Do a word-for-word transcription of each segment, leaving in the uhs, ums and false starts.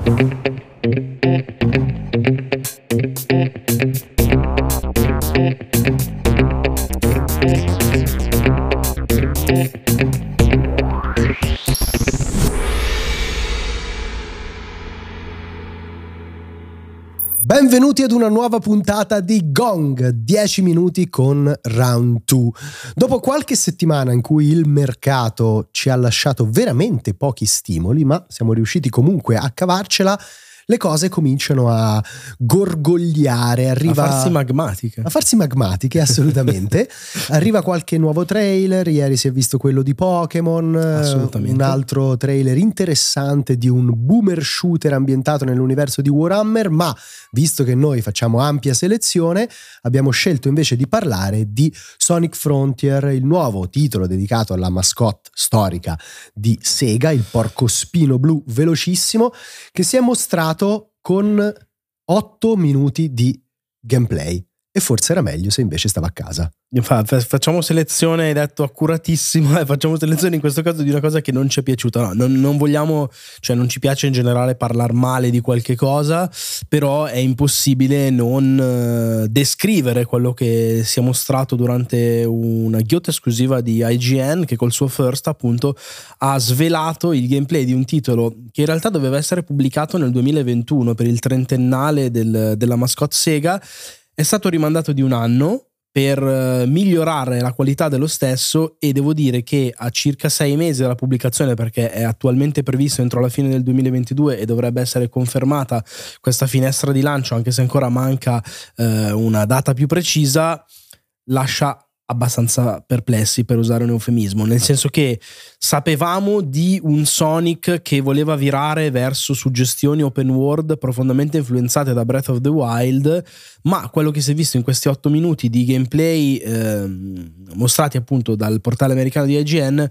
Benvenuti ad una nuova puntata di Gong, dieci minuti con Round due. Dopo qualche settimana in cui il mercato ci ha lasciato veramente pochi stimoli, ma siamo riusciti comunque a cavarcela, le cose cominciano a gorgogliare, arriva a farsi magmatiche. A farsi magmatiche, assolutamente. Arriva qualche nuovo trailer, ieri si è visto quello di Pokémon, un altro trailer interessante di un boomer shooter ambientato nell'universo di Warhammer, ma visto che noi facciamo ampia selezione, abbiamo scelto invece di parlare di Sonic Frontier, il nuovo titolo dedicato alla mascotte storica di Sega, il porcospino blu velocissimo, che si è mostrato con otto minuti di gameplay, e forse era meglio se invece stava a casa. Infatti, facciamo selezione, hai detto accuratissimo, eh, facciamo selezione in questo caso di una cosa che non ci è piaciuta. No, non, non vogliamo, cioè non ci piace in generale parlare male di qualche cosa, però è impossibile non uh, descrivere quello che si è mostrato durante una ghiotta esclusiva di I G N, che col suo first appunto ha svelato il gameplay di un titolo che in realtà doveva essere pubblicato nel duemilaventuno per il trentennale del, della mascotte Sega. È stato rimandato di un anno per migliorare la qualità dello stesso, e devo dire che a circa sei mesi dalla pubblicazione, perché è attualmente previsto entro la fine del duemilaventidue e dovrebbe essere confermata questa finestra di lancio, anche se ancora manca eh, una data più precisa, lascia abbastanza perplessi, per usare un eufemismo, nel senso che sapevamo di un Sonic che voleva virare verso suggestioni open world profondamente influenzate da Breath of the Wild, ma quello che si è visto in questi otto minuti di gameplay eh, mostrati appunto dal portale americano di I G N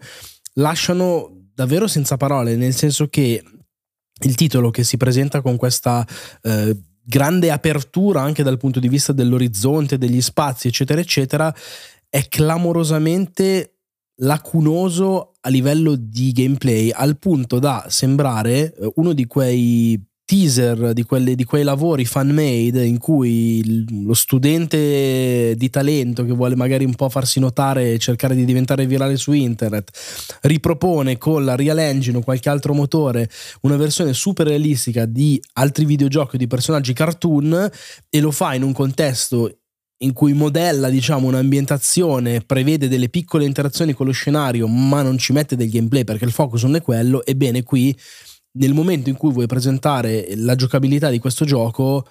lasciano davvero senza parole, nel senso che il titolo, che si presenta con questa eh, grande apertura anche dal punto di vista dell'orizzonte, degli spazi eccetera eccetera, è clamorosamente lacunoso a livello di gameplay, al punto da sembrare uno di quei teaser, di, quelle, di quei lavori fan made in cui lo studente di talento che vuole magari un po' farsi notare e cercare di diventare virale su internet ripropone con la Real Engine o qualche altro motore una versione super realistica di altri videogiochi o di personaggi cartoon, e lo fa in un contesto in cui modella, diciamo, un'ambientazione, prevede delle piccole interazioni con lo scenario, ma non ci mette del gameplay perché il focus non è quello. Ebbene, qui, nel momento in cui vuoi presentare la giocabilità di questo gioco,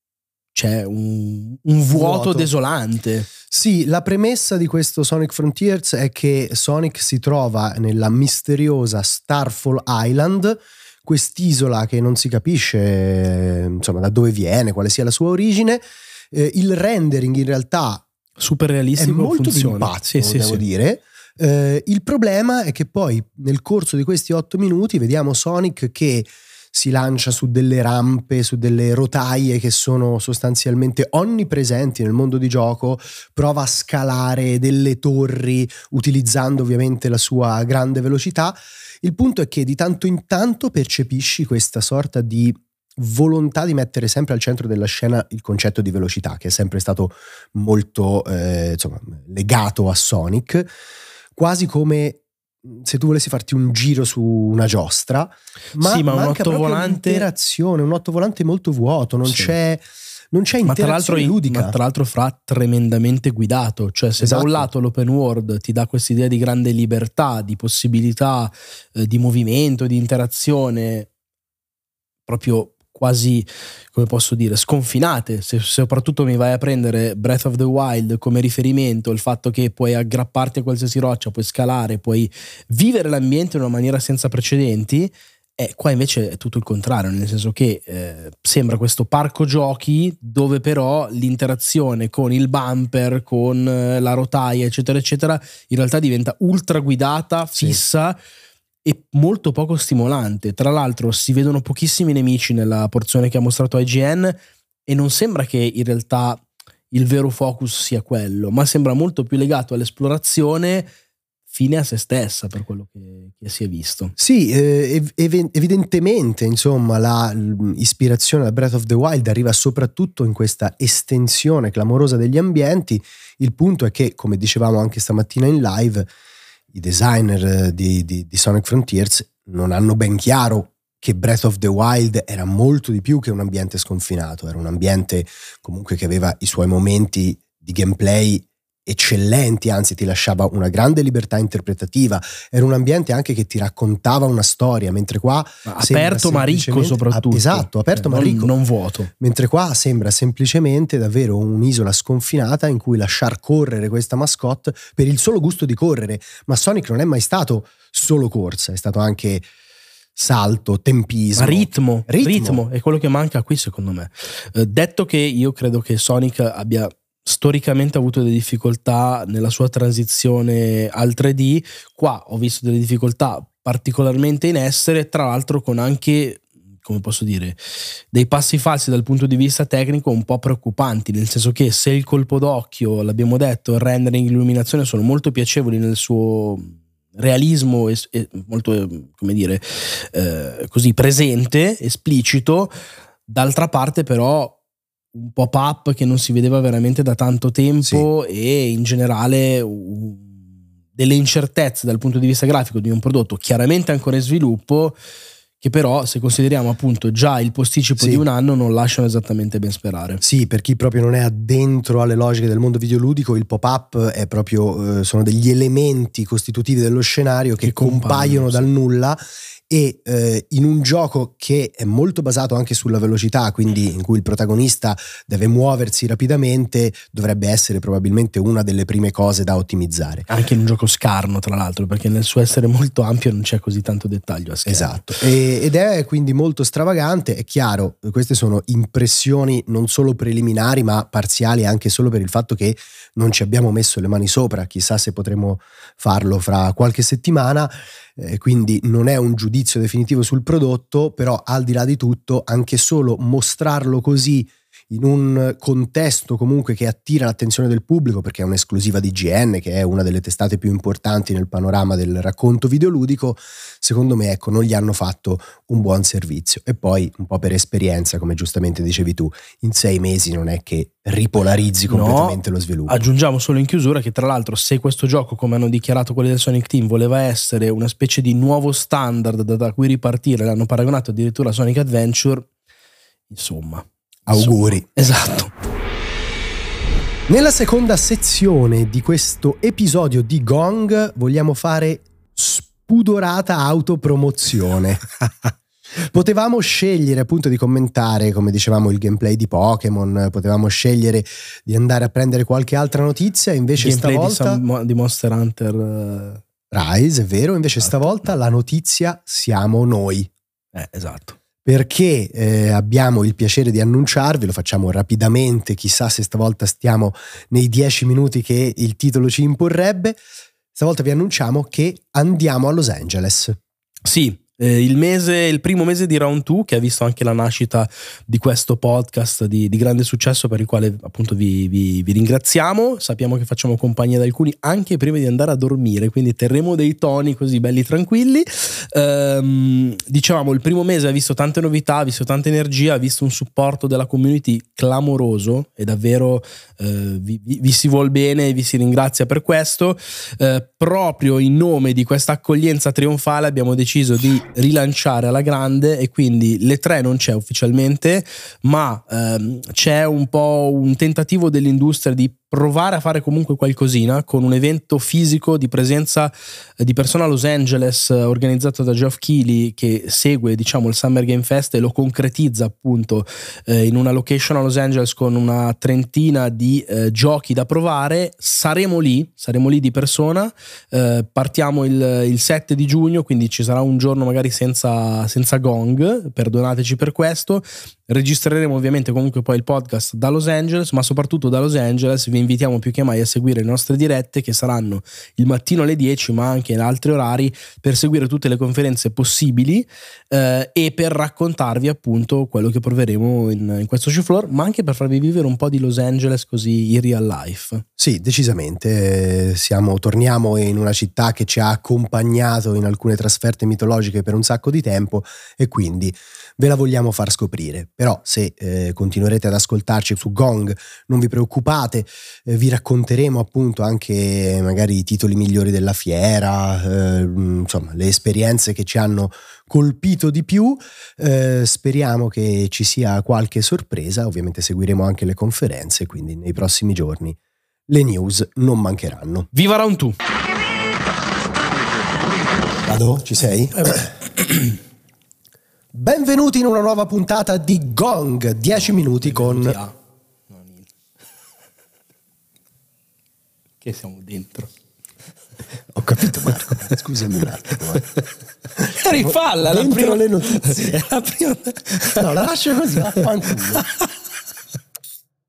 c'è un, un vuoto, vuoto desolante. Sì, la premessa di questo Sonic Frontiers è che Sonic si trova nella misteriosa Starfall Island, quest'isola che non si capisce, insomma, da dove viene, quale sia la sua origine. Eh, il rendering in realtà super realistico, è molto funziona. d'impatto, sì, sì, devo sì. dire. Eh, il problema è che poi nel corso di questi otto minuti vediamo Sonic che si lancia su delle rampe, su delle rotaie che sono sostanzialmente onnipresenti nel mondo di gioco, prova a scalare delle torri utilizzando ovviamente la sua grande velocità. Il punto è che di tanto in tanto percepisci questa sorta di volontà di mettere sempre al centro della scena il concetto di velocità, che è sempre stato molto eh, insomma, legato a Sonic, quasi come se tu volessi farti un giro su una giostra, ma, sì, ma un manca ottovolante, un'interazione, un ottovolante molto vuoto, non sì. c'è non c'è ma tra interazione l'altro, ludica. Ma tra l'altro fra tremendamente guidato, cioè se esatto. da un lato l'open world ti dà questa idea di grande libertà, di possibilità eh, di movimento, di interazione proprio quasi, come posso dire, sconfinate, se soprattutto mi vai a prendere Breath of the Wild come riferimento, il fatto che puoi aggrapparti a qualsiasi roccia, puoi scalare, puoi vivere l'ambiente in una maniera senza precedenti. E qua invece è tutto il contrario, nel senso che eh, sembra questo parco giochi dove però l'interazione con il bumper, con eh, la rotaia eccetera eccetera in realtà diventa ultra guidata, fissa, sì. E molto poco stimolante. Tra l'altro si vedono pochissimi nemici nella porzione che ha mostrato I G N e non sembra che in realtà il vero focus sia quello, ma sembra molto più legato all'esplorazione fine a se stessa per quello che, che si è visto. Sì, eh, ev- evidentemente insomma la ispirazione da Breath of the Wild arriva soprattutto in questa estensione clamorosa degli ambienti. Il punto è che, come dicevamo anche stamattina in live, i designer di, di, di Sonic Frontiers non hanno ben chiaro che Breath of the Wild era molto di più che un ambiente sconfinato, era un ambiente comunque che aveva i suoi momenti di gameplay eccellenti, anzi ti lasciava una grande libertà interpretativa, era un ambiente anche che ti raccontava una storia, mentre qua aperto ma ricco soprattutto, esatto, aperto eh, ma ricco, non, non vuoto, mentre qua sembra semplicemente davvero un'isola sconfinata in cui lasciar correre questa mascotte per il solo gusto di correre. Ma Sonic non è mai stato solo corsa, è stato anche salto, tempismo, ma ritmo, ritmo, ritmo è quello che manca qui secondo me. Eh, detto che io credo che Sonic abbia storicamente avuto delle difficoltà nella sua transizione al tre D, qua ho visto delle difficoltà particolarmente in essere, tra l'altro con anche, come posso dire, dei passi falsi dal punto di vista tecnico un po' preoccupanti, nel senso che se il colpo d'occhio, l'abbiamo detto, il rendering, l'illuminazione sono molto piacevoli nel suo realismo e, e molto, come dire, eh, così presente, esplicito, d'altra parte però un pop-up che non si vedeva veramente da tanto tempo, sì. E in generale uh, delle incertezze dal punto di vista grafico di un prodotto chiaramente ancora in sviluppo, che però, se consideriamo appunto già il posticipo, sì, di un anno, non lasciano esattamente ben sperare. Sì, per chi proprio non è addentro alle logiche del mondo videoludico, il pop-up è proprio, eh, sono degli elementi costitutivi dello scenario che, che compaiono, sì, dal nulla. E eh, in un gioco che è molto basato anche sulla velocità, quindi in cui il protagonista deve muoversi rapidamente, dovrebbe essere probabilmente una delle prime cose da ottimizzare. Anche in un gioco scarno, tra l'altro, perché nel suo essere molto ampio non c'è così tanto dettaglio a schermo. Esatto, e, ed è quindi molto stravagante. È chiaro, queste sono impressioni non solo preliminari ma parziali, anche solo per il fatto che non ci abbiamo messo le mani sopra. Chissà se potremo farlo fra qualche settimana. Eh, quindi non è un giudizio definitivo sul prodotto, però al di là di tutto anche solo mostrarlo così in un contesto comunque che attira l'attenzione del pubblico, perché è un'esclusiva di I G N, che è una delle testate più importanti nel panorama del racconto videoludico, secondo me ecco non gli hanno fatto un buon servizio. E poi un po' per esperienza, come giustamente dicevi tu, in sei mesi non è che ripolarizzi completamente, no, lo sviluppo. Aggiungiamo solo in chiusura che, tra l'altro, se questo gioco, come hanno dichiarato quelli del Sonic Team, voleva essere una specie di nuovo standard da, da cui ripartire, l'hanno paragonato addirittura a Sonic Adventure, insomma, auguri. Insomma, esatto. Nella seconda sezione di questo episodio di Gong vogliamo fare spudorata autopromozione. Potevamo scegliere appunto di commentare, come dicevamo, il gameplay di Pokémon, potevamo scegliere di andare a prendere qualche altra notizia, invece gameplay stavolta di, Sam, di Monster Hunter Rise, è vero, invece esatto. Stavolta la notizia siamo noi. Eh, esatto. Perché eh, abbiamo il piacere di annunciarvi, lo facciamo rapidamente, chissà se stavolta stiamo nei dieci minuti che il titolo ci imporrebbe. Stavolta vi annunciamo che andiamo a Los Angeles. Sì, eh, il mese, il primo mese di Round due, che ha visto anche la nascita di questo podcast di, di grande successo, per il quale appunto vi, vi, vi ringraziamo. Sappiamo che facciamo compagnia ad alcuni anche prima di andare a dormire, quindi terremo dei toni così belli tranquilli. Ehm, dicevamo, il primo mese ha visto tante novità, ha visto tanta energia, ha visto un supporto della community clamoroso e davvero eh, vi, vi, vi si vuol bene e vi si ringrazia per questo. Eh, proprio in nome di questa accoglienza trionfale abbiamo deciso di rilanciare alla grande, e quindi l'E tre non c'è ufficialmente, ma ehm, c'è un po' un tentativo dell'industria di provare a fare comunque qualcosina con un evento fisico di presenza di persona a Los Angeles, organizzato da Geoff Keighley, che segue diciamo il Summer Game Fest e lo concretizza appunto eh, in una location a Los Angeles con una trentina di eh, giochi da provare. Saremo lì, saremo lì di persona, eh, partiamo il, il sette di giugno, quindi ci sarà un giorno magari senza, senza gong, perdonateci per questo, Registreremo ovviamente comunque poi il podcast da Los Angeles, ma soprattutto da Los Angeles vi invitiamo più che mai a seguire le nostre dirette, che saranno il mattino alle dieci ma anche in altri orari, per seguire tutte le conferenze possibili eh, e per raccontarvi appunto quello che proveremo in, in questo show floor, ma anche per farvi vivere un po' di Los Angeles così in real life. Sì, decisamente. Siamo, torniamo in una città che ci ha accompagnato in alcune trasferte mitologiche per un sacco di tempo e quindi ve la vogliamo far scoprire. Però se eh, continuerete ad ascoltarci su Gong, non vi preoccupate, eh, vi racconteremo appunto anche magari i titoli migliori della fiera, eh, insomma le esperienze che ci hanno colpito di più. Eh, speriamo che ci sia qualche sorpresa, ovviamente seguiremo anche le conferenze, quindi nei prossimi giorni le news non mancheranno. Viva Round due! Vado? Ci sei? Eh Benvenuti in una nuova puntata di Gong, dieci minuti con... Ah, no, che siamo dentro. Ho capito Marco, scusami un attimo. Rifalla, dentro la prima... le notizie. La prima... No, la lascio così, affanculo.